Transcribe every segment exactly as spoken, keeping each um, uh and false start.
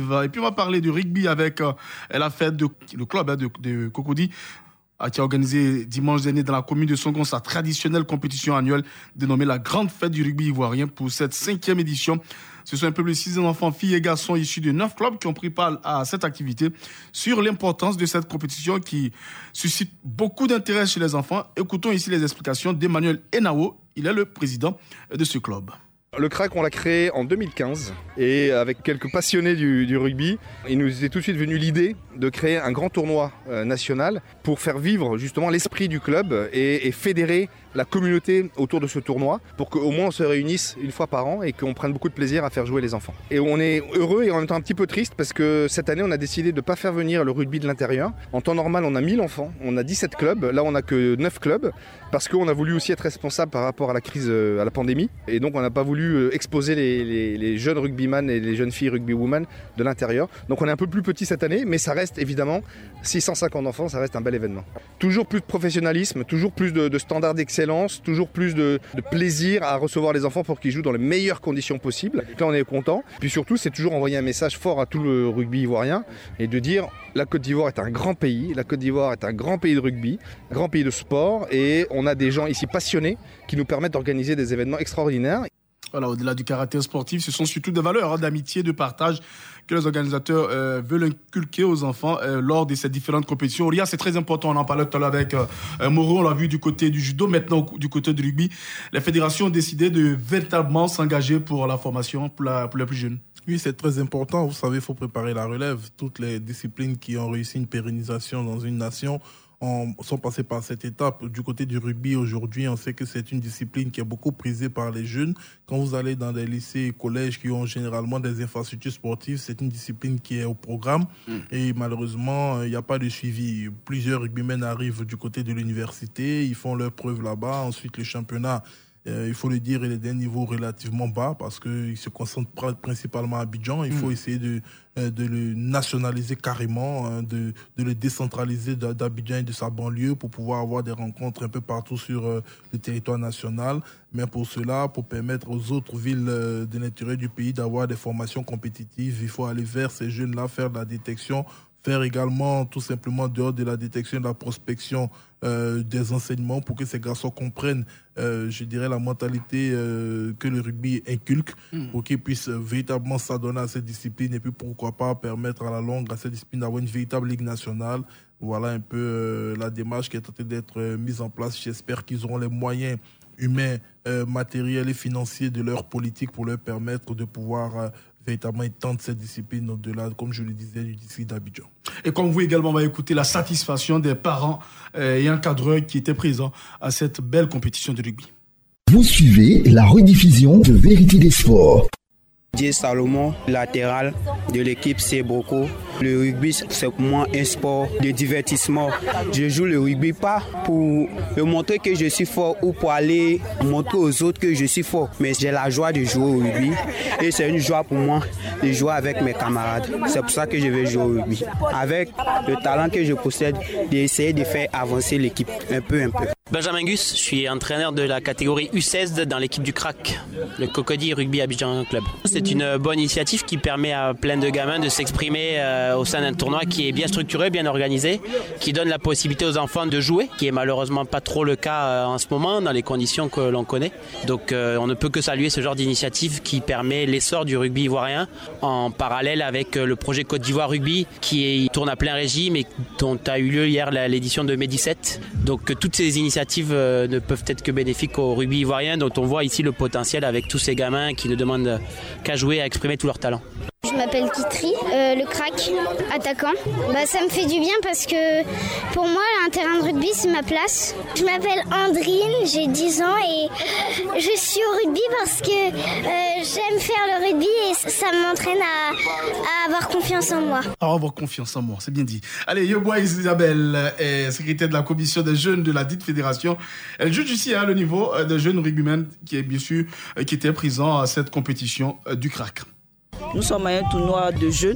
sportive. Et puis on va parler du rugby avec euh, la fête de le club hein, de, de Cocody qui a organisé dimanche dernier dans la commune de Songon sa traditionnelle compétition annuelle dénommée la Grande Fête du rugby ivoirien pour cette cinquième édition. Ce sont un peu plus de six enfants, filles et garçons issus de neuf clubs qui ont pris part à cette activité sur l'importance de cette compétition qui suscite beaucoup d'intérêt chez les enfants. Écoutons ici les explications d'Emmanuel Enao. Il est le président de ce club. Le C R A C, on l'a créé en deux mille quinze et avec quelques passionnés du, du rugby, il nous est tout de suite venu l'idée de créer un grand tournoi euh, national pour faire vivre justement l'esprit du club et, et fédérer la communauté autour de ce tournoi pour qu'au moins on se réunisse une fois par an et qu'on prenne beaucoup de plaisir à faire jouer les enfants. Et on est heureux et en même temps un petit peu triste parce que cette année on a décidé de ne pas faire venir le rugby de l'intérieur. En temps normal on a mille enfants, on a dix-sept clubs, là on n'a que neuf clubs parce qu'on a voulu aussi être responsable par rapport à la crise, à la pandémie et donc on n'a pas voulu exposer les, les, les jeunes rugbyman et les jeunes filles rugbywoman de l'intérieur. Donc on est un peu plus petit cette année mais ça reste évidemment six cent cinquante enfants, ça reste un bel événement. Toujours plus de professionnalisme, toujours plus de, de standards d'excellence, toujours plus de, de plaisir à recevoir les enfants pour qu'ils jouent dans les meilleures conditions possibles. Là on est content. Puis surtout c'est toujours envoyer un message fort à tout le rugby ivoirien et de dire la Côte d'Ivoire est un grand pays, la Côte d'Ivoire est un grand pays de rugby, un grand pays de sport et on a des gens ici passionnés qui nous permettent d'organiser des événements extraordinaires. Voilà, au-delà du caractère sportif, ce sont surtout des valeurs hein, d'amitié, de partage que les organisateurs euh, veulent inculquer aux enfants euh, lors de ces différentes compétitions. Ria, c'est très important, on en parlait tout à l'heure avec euh, Moreau, on l'a vu du côté du judo, maintenant du côté du rugby. Les fédérations ont décidé de véritablement s'engager pour la formation pour, la, pour les plus jeunes. Oui, c'est très important. Vous savez, il faut préparer la relève. Toutes les disciplines qui ont réussi une pérennisation dans une nation ont, sont passées par cette étape. Du côté du rugby, aujourd'hui, on sait que c'est une discipline qui est beaucoup prisée par les jeunes. Quand vous allez dans des lycées et collèges qui ont généralement des infrastructures sportives, c'est une discipline qui est au programme. Mmh. Et malheureusement, il n'y a pas de suivi. Plusieurs rugbymen arrivent du côté de l'université, ils font leurs preuves là-bas. Ensuite, le championnat, Euh, il faut le dire, il est d'un niveau relativement bas parce qu'il se concentre principalement à Abidjan. Il faut mmh. essayer de, de le nationaliser carrément, de, de le décentraliser d'Abidjan et de sa banlieue pour pouvoir avoir des rencontres un peu partout sur le territoire national. Mais pour cela, pour permettre aux autres villes de l'intérieur du pays d'avoir des formations compétitives, il faut aller vers ces jeunes-là, faire de la détection, faire également tout simplement dehors de la détection et de la prospection euh, des enseignements pour que ces garçons comprennent, euh, je dirais, la mentalité euh, que le rugby inculque, mmh. pour qu'ils puissent véritablement s'adonner à cette discipline et puis pourquoi pas permettre à la longue à cette discipline d'avoir une véritable ligue nationale. Voilà un peu euh, la démarche qui est en train d'être euh, mise en place. J'espère qu'ils auront les moyens humains, euh, matériels et financiers de leur politique pour leur permettre de pouvoir euh, véritablement étendre cette discipline au-delà, comme je le disais, du district d'Abidjan. Et comme vous également, on va écouter la satisfaction des parents euh, et encadreurs qui étaient présents à cette belle compétition de rugby. Vous suivez la rediffusion de Vérité des Sports. Dieu Salomon, latéral de l'équipe Seboko. Le rugby, c'est pour moi un sport de divertissement. Je joue le rugby pas pour montrer que je suis fort ou pour aller montrer aux autres que je suis fort. Mais j'ai la joie de jouer au rugby et c'est une joie pour moi de jouer avec mes camarades. C'est pour ça que je vais jouer au rugby. Avec le talent que je possède, d'essayer de faire avancer l'équipe un peu, un peu. Benjamin Gus, je suis entraîneur de la catégorie U seize dans l'équipe du C R A C, le Cocody Rugby Abidjan Club. C'est une bonne initiative qui permet à plein de gamins de s'exprimer euh, au sein d'un tournoi qui est bien structuré, bien organisé, qui donne la possibilité aux enfants de jouer, qui est malheureusement pas trop le cas euh, en ce moment dans les conditions que l'on connaît. Donc euh, on ne peut que saluer ce genre d'initiative qui permet l'essor du rugby ivoirien en parallèle avec euh, le projet Côte d'Ivoire Rugby qui est, tourne à plein régime et dont a eu lieu hier la, l'édition de mai dix-sept. Donc euh, toutes ces initiatives Euh, ne peuvent être que bénéfiques au rugby ivoirien dont on voit ici le potentiel avec tous ces gamins qui ne demandent qu'à jouer, à exprimer tout leur talent. Je m'appelle Kitri, euh, le C R A C, attaquant. Bah, ça me fait du bien parce que pour moi, un terrain de rugby, c'est ma place. Je m'appelle Andrine, j'ai dix ans et je suis au rugby parce que euh, j'aime faire le rugby et ça m'entraîne à, à avoir confiance en moi. À avoir confiance en moi, c'est bien dit. Allez, Yobois Isabelle est secrétaire de la commission des jeunes de la dite fédération. Elle juge ici hein, le niveau des jeunes rugbymen qui est bien sûr qui était présent à cette compétition du C R A C. Nous sommes à un tournoi de jeunes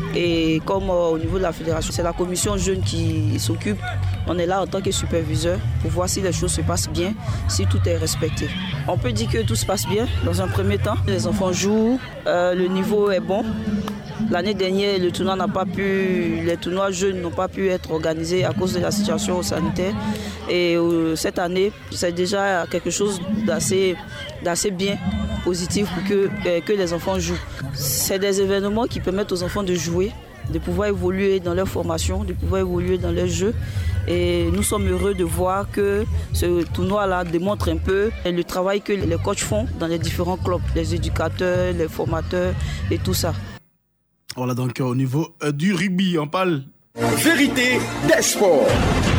et comme euh, au niveau de la fédération, c'est la commission jeune qui s'occupe. On est là en tant que superviseur pour voir si les choses se passent bien, si tout est respecté. On peut dire que tout se passe bien dans un premier temps. Les enfants jouent, euh, le niveau est bon. L'année dernière, le tournoi n'a pas pu, les tournois jeunes n'ont pas pu être organisés à cause de la situation sanitaire. Et euh, cette année, c'est déjà quelque chose d'assez, d'assez bien, positif pour que, euh, que les enfants jouent. C'est des événements qui permettent aux enfants de jouer, de pouvoir évoluer dans leur formation, de pouvoir évoluer dans leur jeu. Et nous sommes heureux de voir que ce tournoi-là démontre un peu le travail que les coachs font dans les différents clubs, les éducateurs, les formateurs et tout ça. Voilà donc au niveau du rugby, on parle vérité des sports.